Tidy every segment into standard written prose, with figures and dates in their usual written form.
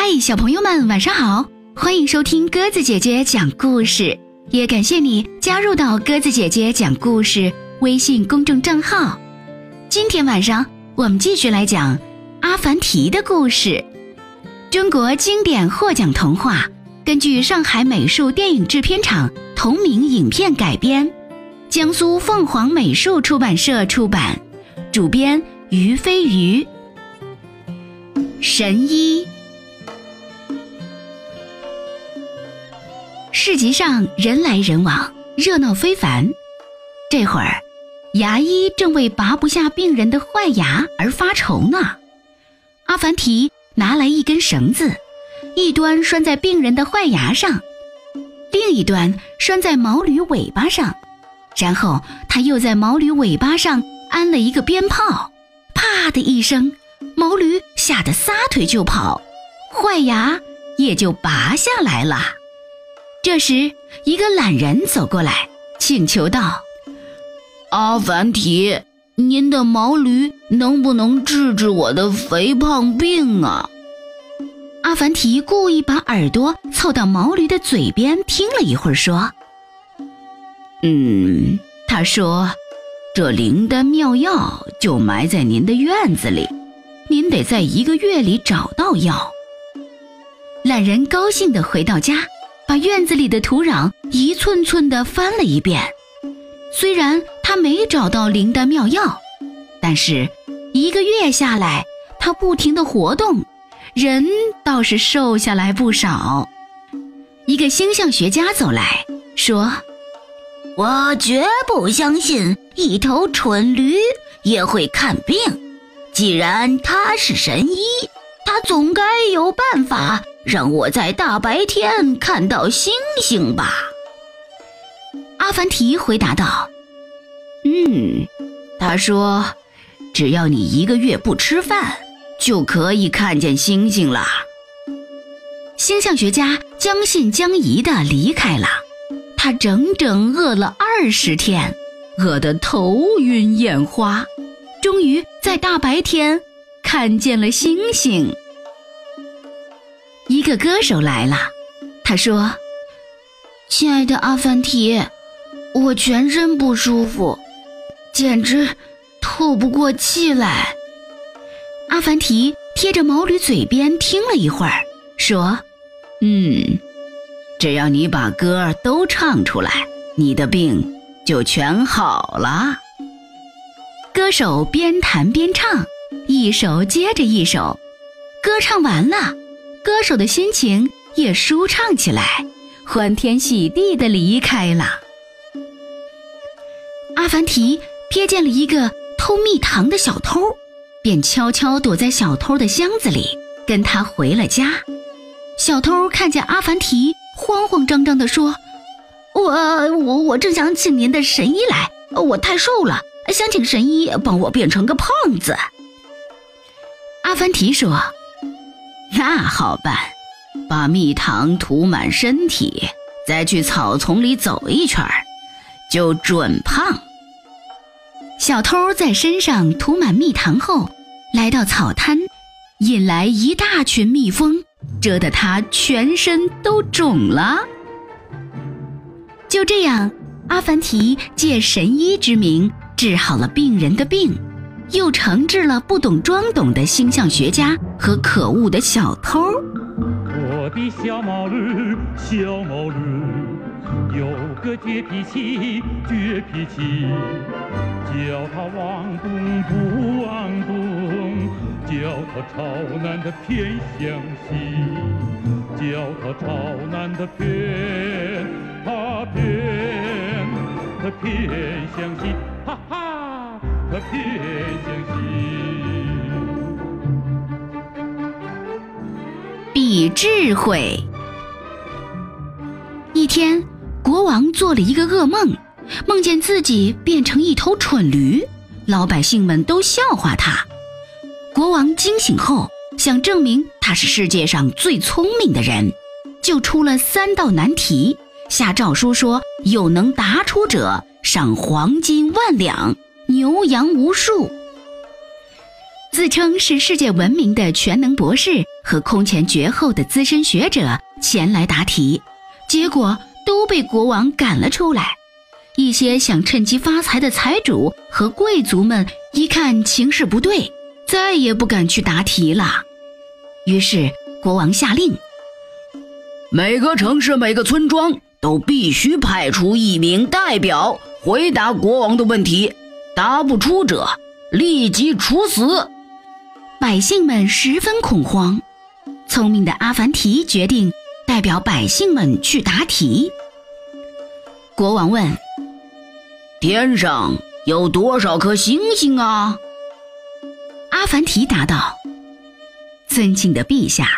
嗨，小朋友们晚上好，欢迎收听鸽子姐姐讲故事，也感谢你加入到鸽子姐姐讲故事微信公众账号。今天晚上我们继续来讲阿凡提的故事，中国经典获奖童话，根据上海美术电影制片厂同名影片改编，江苏凤凰美术出版社出版，主编于飞鱼。神医。市集上人来人往，热闹非凡。这会儿牙医正为拔不下病人的坏牙而发愁呢。阿凡提拿来一根绳子，一端拴在病人的坏牙上，另一端拴在毛驴尾巴上，然后他又在毛驴尾巴上安了一个鞭炮，啪的一声，毛驴吓得撒腿就跑，坏牙也就拔下来了。这时一个懒人走过来请求道：阿凡提，您的毛驴能不能治治我的肥胖病啊？阿凡提故意把耳朵凑到毛驴的嘴边听了一会儿说：他说这灵丹妙药就埋在您的院子里，您得在1个月里找到药。懒人高兴地回到家，把院子里的土壤一寸寸地翻了一遍。虽然他没找到灵丹妙药，但是1个月下来，他不停地活动，人倒是瘦下来不少。一个星象学家走来说：我绝不相信一头蠢驴也会看病，既然他是神医，他总该有办法让我在大白天看到星星吧。阿凡提回答道：他说只要你1个月不吃饭，就可以看见星星了。星象学家将信将疑地离开了，他整整饿了20天，饿得头晕眼花，终于在大白天看见了星星。一个歌手来了，他说：亲爱的阿凡提，我全身不舒服，简直透不过气来。阿凡提贴着毛驴嘴边听了一会儿，说：只要你把歌都唱出来，你的病就全好了。歌手边弹边唱，一首接着一首，歌唱完了，歌手的心情也舒畅起来，欢天喜地地离开了。阿凡提瞥见了一个偷蜜糖的小偷，便悄悄躲在小偷的箱子里，跟他回了家。小偷看见阿凡提，慌慌张张地说：我正想请您的神医来，我太瘦了，想请神医帮我变成个胖子。阿凡提说：那好办，把蜜糖涂满身体，再去草丛里走一圈，就准胖。小偷在身上涂满蜜糖后，来到草滩，引来一大群蜜蜂，蛰得他全身都肿了。就这样，阿凡提借神医之名治好了病人的病，又惩治了不懂装懂的星象学家和可恶的小偷。 我的小毛驴，小毛驴，有个倔脾气，倔脾气，叫它往东不往东，叫它朝南的偏向西，叫它朝南的偏，它偏向西，哈哈，它偏向西。 比智慧。一天，国王做了一个噩梦，梦见自己变成一头蠢驴，老百姓们都笑话他。国王惊醒后，想证明他是世界上最聪明的人，就出了3道难题，下诏书说有能答出者赏黄金1万两，牛羊无数。 自称是世界闻名的全能博士和空前绝后的资深学者前来答题，结果都被国王赶了出来。一些想趁机发财的财主和贵族们一看情势不对，再也不敢去答题了。于是国王下令， 每个城市每个村庄都必须派出一名代表回答国王的问题，答不出者立即处死。 百姓们十分恐慌，聪明的阿凡提决定代表百姓们去答题。国王问， 天上有多少颗星星啊？ 阿凡提答道，尊敬的陛下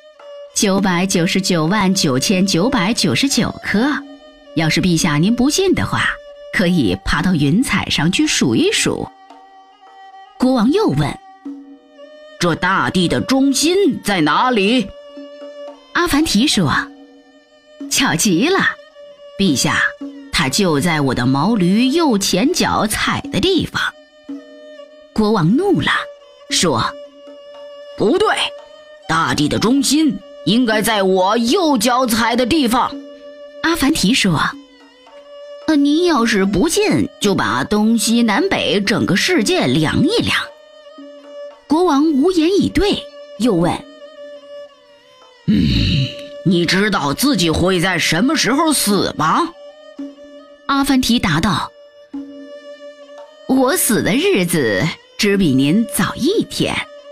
，9999999颗。要是陛下您不信的话，可以爬到云彩上去数一数。国王又问， 这大地的中心在哪里？ 阿凡提说，巧极了，陛下，它就在我的毛驴右前脚踩的地方。国王怒了，说， 不对，大地的中心应该在我右脚踩的地方。 阿凡提说，您要是不信，就把东西南北整个世界量一量。国王无言以对，又问， 你知道自己会在什么时候死吗？ 阿凡提答道，我死的日子只比您早一天。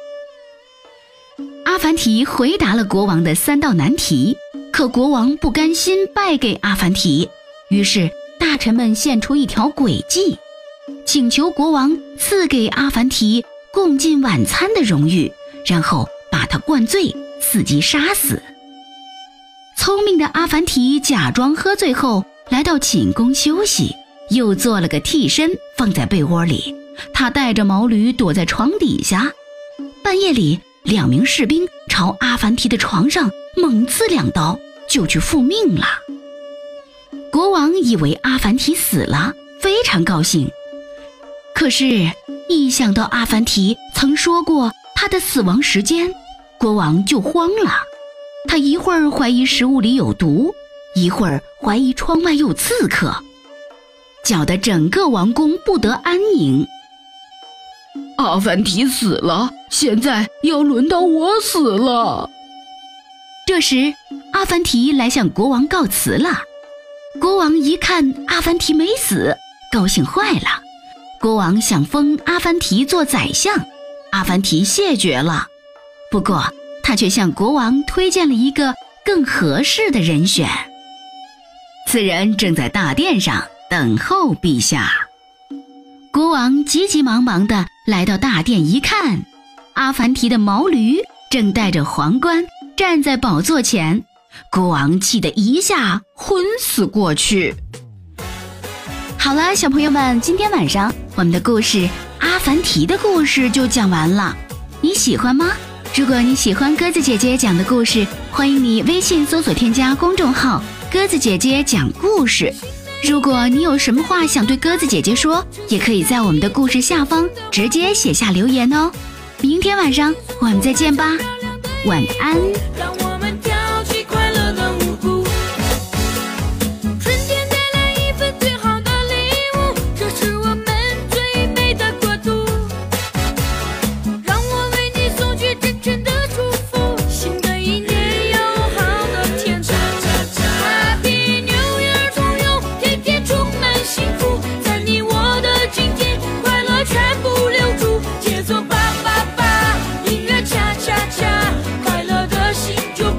阿凡提回答了国王的3道难题，可国王不甘心败给阿凡提，于是大臣们献出一条诡计，请求国王赐给阿凡提共进晚餐的荣誉，然后把他灌醉，伺机杀死。聪明的阿凡提假装喝醉后来到寝宫休息，又做了个替身放在被窝里，他带着毛驴躲在床底下。半夜里，2名士兵朝阿凡提的床上猛刺2刀，就去复命了。国王以为阿凡提死了，非常高兴，可是一想到阿凡提曾说过他的死亡时间，国王就慌了。他一会儿怀疑食物里有毒，一会儿怀疑窗外有刺客，搅得整个王宫不得安宁。 阿凡提死了，现在要轮到我死了。 这时阿凡提来向国王告辞了。国王一看阿凡提没死，高兴坏了。国王想封阿凡提做宰相，阿凡提谢绝了。不过他却向国王推荐了一个更合适的人选。此人正在大殿上等候陛下。国王急急忙忙地来到大殿一看，阿凡提的毛驴正戴着皇冠站在宝座前。国王气得一下昏死过去。好了，小朋友们，今天晚上我们的故事阿凡提的故事就讲完了，你喜欢吗？如果你喜欢鸽子姐姐讲的故事，欢迎你微信搜索添加公众号鸽子姐姐讲故事。如果你有什么话想对鸽子姐姐说，也可以在我们的故事下方直接写下留言哦。明天晚上我们再见吧，晚安。 让我们跳起快乐的舞步，春天带来一份最好的礼物，这是我们最美的国度。让我为你送去真诚的祝福，新的一年有好的天主。Happy New Year to you， 天天充满幸福，在你我的今天，快乐全部留住，节奏吧吧吧，音乐恰恰恰，快乐的心就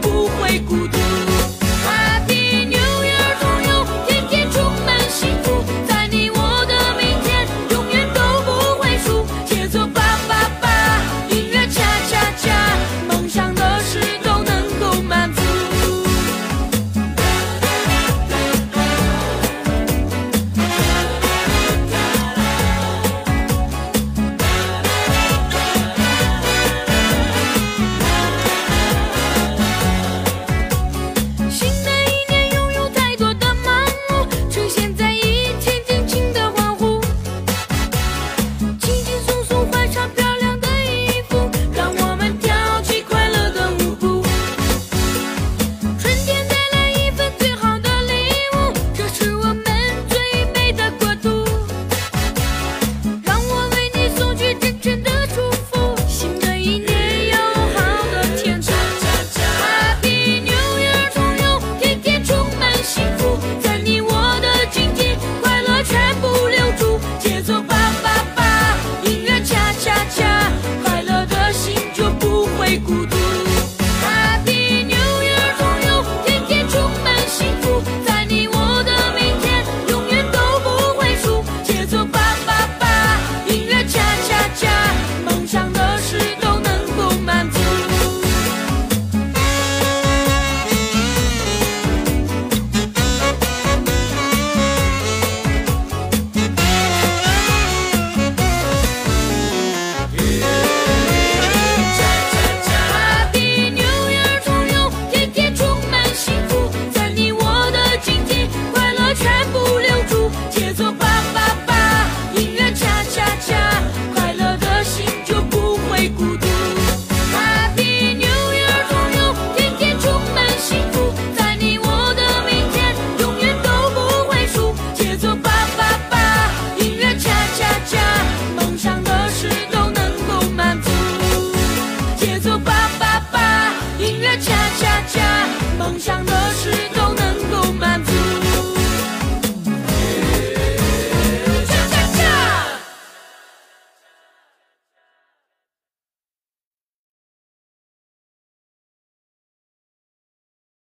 孤独。